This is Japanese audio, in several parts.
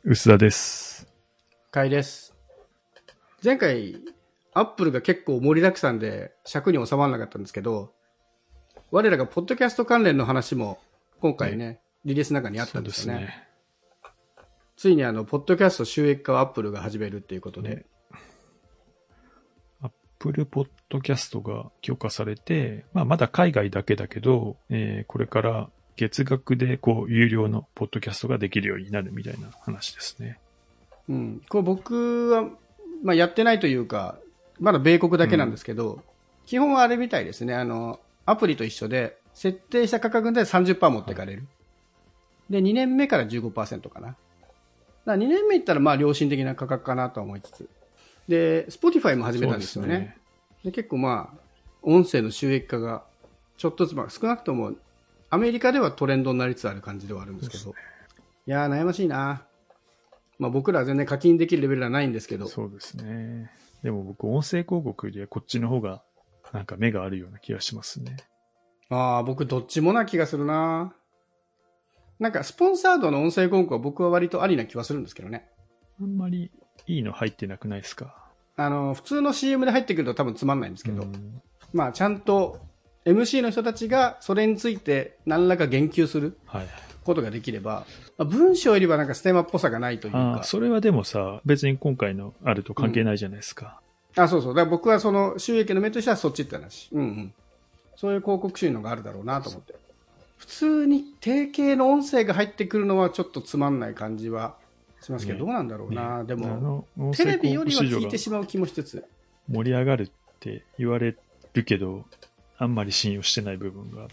薄田です。 かいです。前回、アップルが結構盛りだくさんで尺に収まらなかったんですけど、我らがポッドキャスト関連の話も今回ね、リリースの中にあったんですよね。そうですね。ついにポッドキャスト収益化をアップルが始めるっていうことで。 アップルポッドキャストが許可されて、まだ海外だけだけど、これから月額で有料のポッドキャストができるようになるみたいな話ですね。 うん。これ僕は、やってないというか、まだ米国だけなんですけど、基本はあれみたいですね。アプリと一緒で、設定した価格で 30% 持ってかれる。で、2年目から 15% かな。だから2年目いったら良心的な価格かなと思いつつ。で、Spotify も始めたんですよね。で結構音声の収益化が、ちょっとずつ少なくとも、アメリカではトレンドになりつつある感じではあるんですけど。いやー、悩ましいな。僕らは全然課金できるレベルではないんですけど。 そうですね。でも僕、音声広告よりはこっちの方が、なんか目があるような気がしますね。 僕どっちもな気がするな。なんかスポンサードの音声広告は僕は割とありな気はするんですけどね。 あんまりいいの入ってなくないですか？ 普通の CM で入ってくると多分つまんないんですけど、ちゃんと MC の人たちがそれについて何らか言及することができれば、文章よりはなんかステマっぽさがないというか。 それはでもさ、別に今回のあると関係ないじゃないですか。 そうそう。だから僕はその収益の目としてはそっちって話。そういう広告収入があるだろうなと思って。普通に定型の音声が入ってくるのはちょっとつまんない感じはしますけど、どうなんだろうな。でも、テレビよりは聞いてしまう気もしつつ。 盛り上がるって言われるけど、あんまり信用してない部分があって。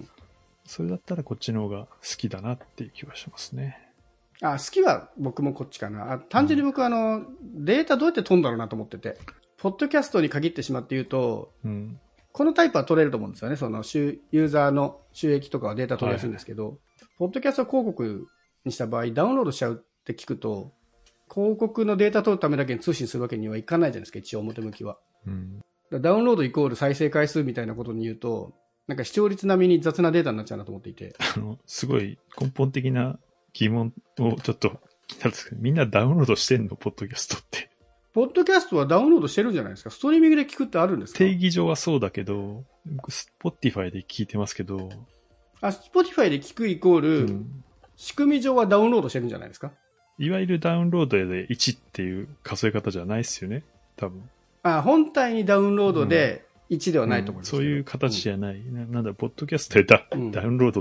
それだったらこっちの方が好きだなっていう気はしますね。 好きは僕もこっちかな。単純に僕はデータどうやって取るんだろうなと思ってて。ポッドキャストに限ってしまって言うと、このタイプは取れると思うんですよね。そのユーザーの収益とかはデータ取りやすいんですけど、ポッドキャスト広告にした場合、ダウンロードしちゃうって聞くと、広告のデータ取るためだけに通信するわけにはいかないじゃないですか、一応表向きは。ダウンロードイコール再生回数みたいなことに言うと、なんか視聴率並みに雑なデータになっちゃうなと思っていて。 すごい根本的な疑問をちょっと気になるんですけど、みんなダウンロードしてんのポッドキャストって。 ポッドキャストはダウンロードしてるんじゃないですか？ストリーミングで聞くってあるんですか？ 定義上はそうだけど、Spotify で聞いてますけど。 Spotify で聞くイコール、仕組み上はダウンロードしてるんじゃないですか？ いわゆるダウンロードで1っていう数え方じゃないですよね、多分。 本体にダウンロードで1ではないと思いますけど、 そういう形じゃない。なんだ、ポッドキャストでダウンロードって、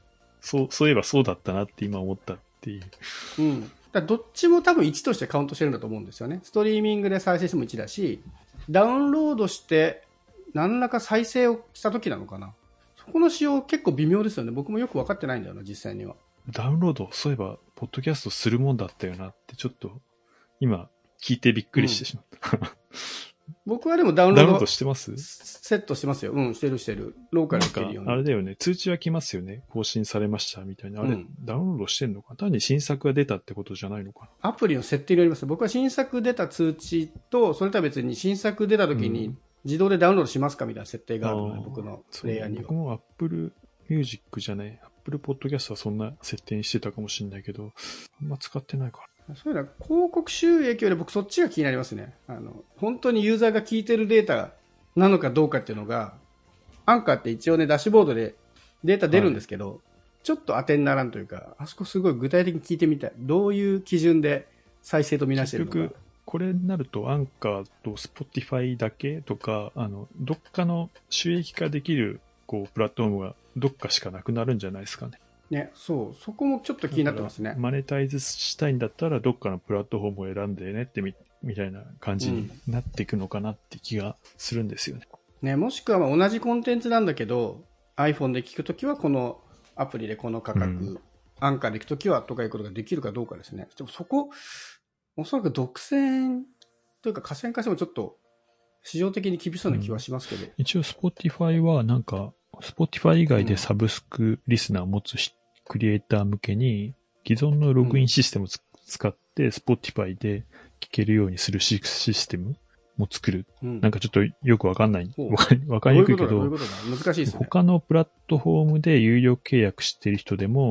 そういえばそうだったなって今思ったっていう。 だどっちも多分1としてカウントしてるんだと思うんですよね。ストリーミングで再生しても1だし、ダウンロードして何らか再生をした時なのかな。そこの仕様結構微妙ですよね。僕もよく分かってないんだよな、実際には。 ダウンロード、そういえば、ポッドキャストするもんだったよなって、ちょっと、今、聞いてびっくりしてしまった。 僕はでもダウンロードしてます？ セットしてますよ。してる。ローカルで聞けるように。 あれだよね。通知は来ますよね。更新されましたみたいな。あれ、ダウンロードしてんのかな？単に新作が出たってことじゃないのかな？ アプリの設定によります。僕は新作出た通知と、それとは別に新作出た時に自動でダウンロードしますかみたいな設定があるので、僕のプレイヤーには。 僕も Apple Music じゃない。Apple Podcast はそんな設定にしてたかもしれないけど、あんま使ってないから。 そういうのは広告収益より僕そっちが気になりますね。本当にユーザーが聞いてるデータなのかどうかっていうのが、アンカーって一応ね、ダッシュボードでデータ出るんですけど、ちょっと当てにならんというか、あそこすごい具体的に聞いてみたい。どういう基準で再生とみなしてるのか。 結局、これになるとアンカーと Spotify だけとか、どっかの収益化できる、プラットフォームがどっかしかなくなるんじゃないですかね。 ね、そこもちょっと気になってますね。 マネタイズしたいんだったら、どっかのプラットフォームを選んでねってみたいな感じになっていくのかなって気がするんですよね。 ね、もしくは同じコンテンツなんだけど、iPhone で聞くときはこのアプリでこの価格、アンカーで聞くときはとかいうことができるかどうかですね。でもそこ、おそらく独占というか河川化してもちょっと市場的に厳しそうな気はしますけど。 一応 Spotify はなんか、Spotify 以外でサブスクリスナーを持つクリエイター向けに、既存のログインシステムを使って Spotify で聞けるようにするシステムも作る。なんかちょっとよくわかんない。わかりにくいけど、 難しいですね。 他のプラットフォームで有料契約してる人でも、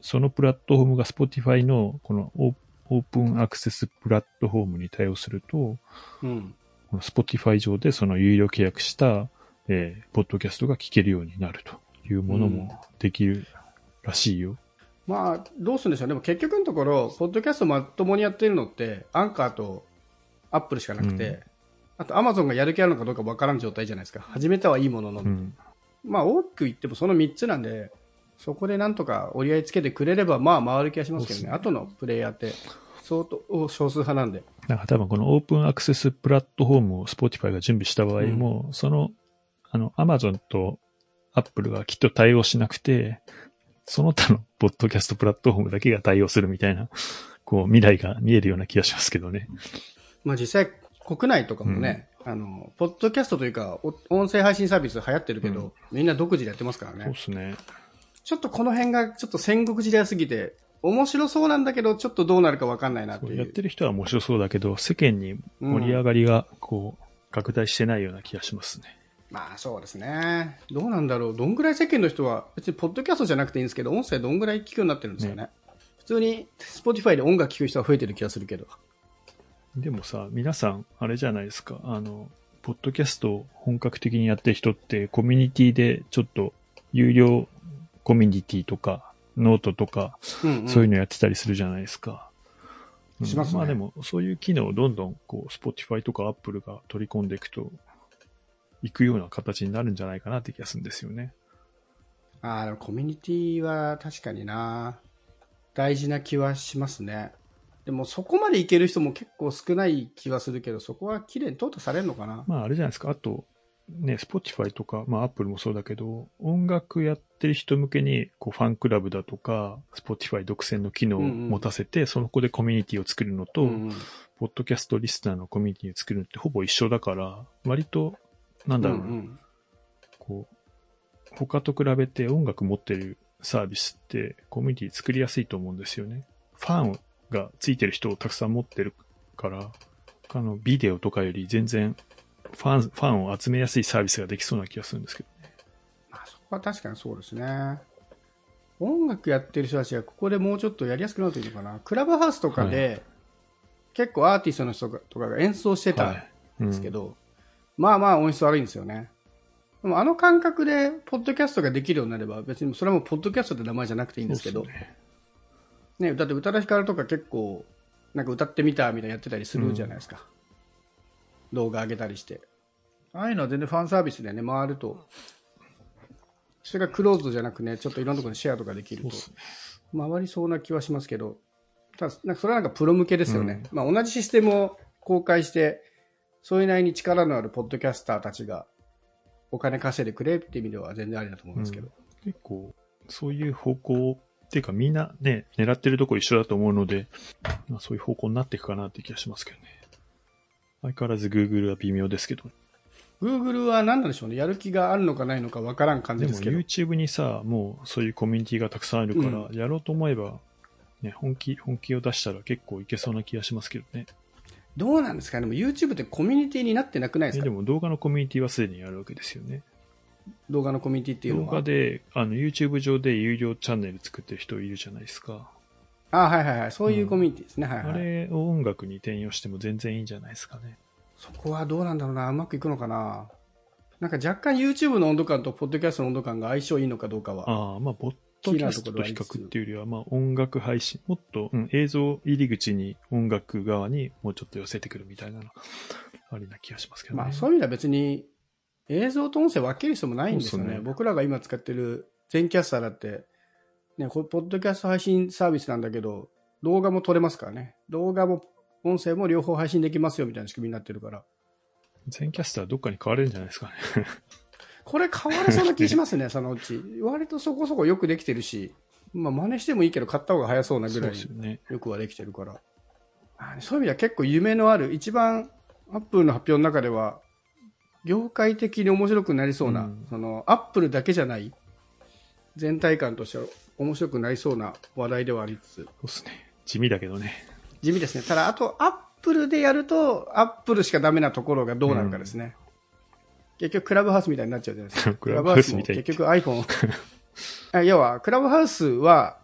そのプラットフォームが Spotify のこのオープンアクセスプラットフォームに対応すると、 うん。 この Spotify 上でその有料契約した、ポッドキャストが聞けるようになるというものもできるらしいよ。 まあ、どうするんでしょう。でも結局のところ、ポッドキャストまともにやってるのって、アンカーとアップルしかなくて、あとアマゾンがやる気あるのかどうかわからん状態じゃないですか。始めたはいいものの。まあ、大きく言ってもその3つなんで、そこでなんとか折り合いつけてくれれば、まあ回る気がしますけどね。後のプレイヤーって相当少数派なんで。 なんか多分このオープンアクセスプラットフォームを Spotify が準備した場合も、その、Amazon と Apple がきっと対応しなくて、その他のポッドキャストプラットフォームだけが対応するみたいな、こう未来が見えるような気がしますけどね。 まあ実際国内とかもね、ポッドキャストというか、音声配信サービス流行ってるけど、みんな独自でやってますからね。 そうですね。 ちょっとこの辺がちょっと戦国時代すぎて、面白そうなんだけど、ちょっとどうなるか分かんないなっていう。 やってる人は面白そうだけど、世間に盛り上がりが、こう、拡大してないような気がしますね。 まあそうですね。どうなんだろう。どんぐらい世間の人は、別にポッドキャストじゃなくていいんですけど、音声どんぐらい聞くようになってるんですかね。普通に Spotify で音楽聞く人が増えてる気がするけど。 でもさ、皆さん、あれじゃないですか。ポッドキャストを本格的にやってる人って、コミュニティでちょっと、有料コミュニティとか、ノートとか、そういうのやってたりするじゃないですか。 しますね。 まあでも、そういう機能をどんどん、こう、Spotify とか Apple が取り込んでいくと、行くような形になるんじゃないかなって気がするんですよね。 ああ、でもコミュニティは確かにな、大事な気はしますね。でもそこまでいける人も結構少ない気はするけど、そこは綺麗に淘汰されるのかな。 まああれじゃないですか。あと、ね、Spotify とか、まあ Apple もそうだけど、音楽やってる人向けに、こう、ファンクラブだとか、Spotify 独占の機能を持たせて、その子でコミュニティを作るのと、ポッドキャストリスナーのコミュニティを作るのってほぼ一緒だから、割と、なんだろうな、こう、他と比べて音楽持ってるサービスってコミュニティ作りやすいと思うんですよね。ファンがついてる人をたくさん持ってるから、ビデオとかより全然ファンを集めやすいサービスができそうな気がするんですけどね。 まあ、そこは確かにそうですね。音楽やってる人たちがここでもうちょっとやりやすくなるといいのかな。クラブハウスとかで、結構アーティストの人とかが演奏してたんですけど、まあまあ音質悪いんですよね。でも感覚でポッドキャストができるようになれば、別にそれはもうポッドキャストって名前じゃなくていいんですけど、ね、だって宇多田ヒカルとか結構なんか歌ってみたみたいなやってたりするじゃないですか。動画上げたりして。ああいうのは全然ファンサービスでね、回ると、それがクローズドじゃなくね、ちょっといろんなところにシェアとかできると、回りそうな気はしますけど、ただ、なんかそれはなんかプロ向けですよね。まあ同じシステムを公開して、それなりに力のあるポッドキャスターたちがお金稼いでくれっていう意味では全然ありだと思いますけど。 結構、そういう方向っていうかみんなね、狙ってるとこ一緒だと思うので、まあ、そういう方向になっていくかなって気がしますけどね。相変わらず Google は微妙ですけど。 Google は何なんでしょうね。やる気があるのかないのか分からん感じですけど。 でも YouTube にさ、もうそういうコミュニティがたくさんあるから、やろうと思えば、ね、本気を出したら結構いけそうな気がしますけどね。 どうなんですかね。でも YouTube ってコミュニティになってなくないですか。 でも動画のコミュニティはすでにあるわけですよね。 動画のコミュニティっていうのは動画で、YouTube 上で有料チャンネル作ってる人いるじゃないですか。 あ、はいはいはい。そういうコミュニティですね。はいはい。 あれを音楽に転用しても全然いいんじゃないですかね。 そこはどうなんだろうな。うまくいくのかな。なんか若干 YouTube の温度感とポッドキャストの温度感が相性いいのかどうかは。 ああ、まあ、ポッドキャストと比較っていうよりは、まあ、音楽配信、もっと、映像入り口に音楽側にもうちょっと寄せてくるみたいなの、ありな気がしますけどね。 まあ、そういう意味では別に映像と音声分ける必要もないんですよね。僕らが今使ってる全キャスターだって、ね、ポッドキャスト配信サービスなんだけど、動画も撮れますからね。動画も音声も両方配信できますよみたいな仕組みになってるから。 全キャスターどっかに買われるんじゃないですかね。 これ買われそうな気しますね、そのうち。割とそこそこよくできてるし、まあ真似してもいいけど買った方が早そうなぐらいよくはできてるから。そういう意味では結構夢のある、一番アップルの発表の中では、業界的に面白くなりそうな、そのアップルだけじゃない、全体感としては面白くなりそうな話題ではありつつ。 そうですね。地味だけどね。 地味ですね。ただ、あと、アップルでやると、アップルしかダメなところがどうなるかですね。結局、クラブハウスみたいになっちゃうじゃないですか。 クラブハウスみたい結局 iPhone。要は、クラブハウスは、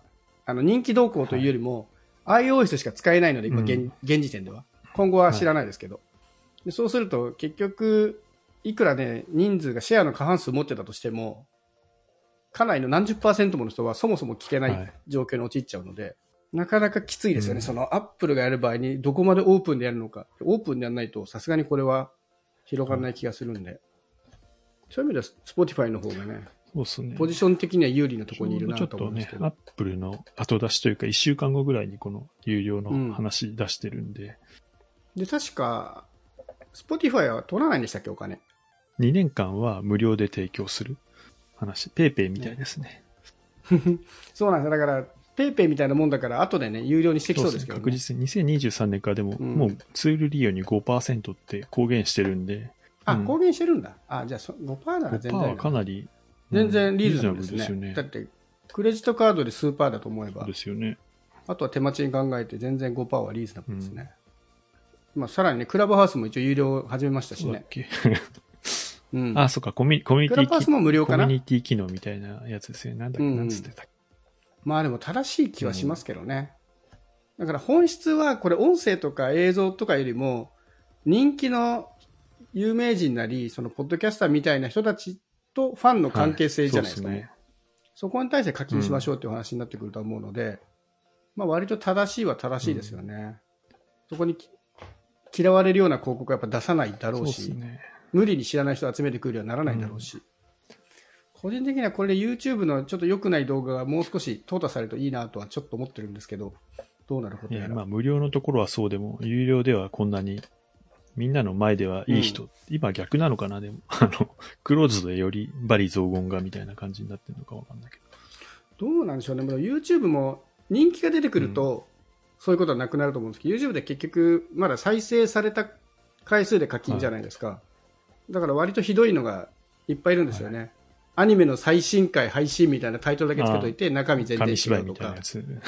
人気動向というよりも、iOS しか使えないので、今現時点では。今後は知らないですけど。でそうすると、結局、いくらね、人数がシェアの過半数持ってたとしても、かなりの何十%もの人はそもそも聞けない状況に陥っちゃうので、なかなかきついですよね。そのアップルがやる場合にどこまでオープンでやるのか。オープンでやらないとさすがにこれは広がらない気がするんで。そういう意味では Spotify の方がね、 そうですね。 ポジション的には有利なところにいるなと思うんですけど。 ちょっとね、アップルの後出しというか1週間後ぐらいにこの有料の話出してるんで。 で、確か、Spotify は取らないんでしたっけ、お金。 2年間は無料で提供する話。ペイペイみたいですね。 そうなんですよ。だから、ペイペイみたいなもんだから、後でね、有料にしてきそうですけどね。 確実に2023年からでも、もうツール利用に 5% って公言してるんで。 公言してるんだ。じゃあ 5% なら全然。 5%はかなり、 全然リーズナブルですね。 よね。 だって、クレジットカードで数パーだと思えば。 そうですよね。 あとは手待ちに考えて全然 5% はリーズナブルですね。まあ、さらにね、クラブハウスも一応有料始めましたしね。 そうか、コミュニティ。 クラブハウスも無料かな。 コミュニティ機能みたいなやつですよね。なんだっけ、なんつってたっけ。 まあでも正しい気はしますけどね。だから本質はこれ音声とか映像とかよりも人気の有名人なりそのポッドキャスターみたいな人たちとファンの関係性じゃないですかね。そこに対して課金しましょうっていう話になってくると思うので、まあ割と正しいは正しいですよね。そこに嫌われるような広告はやっぱ出さないだろうし、無理に知らない人を集めてくるようにはならないだろうし。個人的にはこれで YouTube のちょっと良くない動画がもう少し淘汰されるといいなとはちょっと思ってるんですけど、どうなることやら。 まあ無料のところはそうでも、有料ではこんなに、みんなの前ではいい人、今逆なのかな、でも、クローズドでより罵詈雑言がみたいな感じになってるのかわかんないけど。どうなんでしょうね。YouTube も人気が出てくると、そういうことはなくなると思うんですけど、YouTube で結局まだ再生された回数で課金じゃないですか。だから割とひどいのがいっぱいいるんですよね。アニメの最新回配信みたいなタイトルだけつけといて、中身全然違うとか。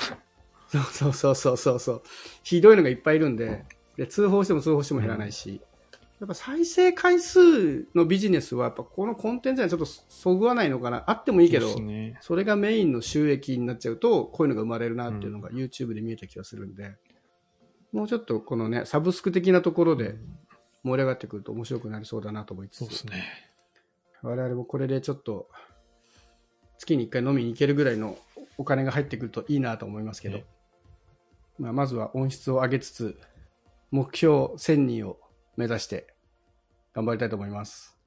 そう。ひどいのがいっぱいいるんで、通報しても減らないし。やっぱ再生回数のビジネスは、やっぱこのコンテンツにはちょっとそぐわないのかな。あってもいいけど、それがメインの収益になっちゃうと、こういうのが生まれるなっていうのが YouTube で見えた気がするんで、もうちょっとこのね、サブスク的なところで盛り上がってくると面白くなりそうだなと思いつつ。 そうですね。 我々もこれでちょっと月に1回飲みに行けるぐらいのお金が入ってくるといいなと思いますけど、まずは音質を上げつつ目標1000人を目指して頑張りたいと思います。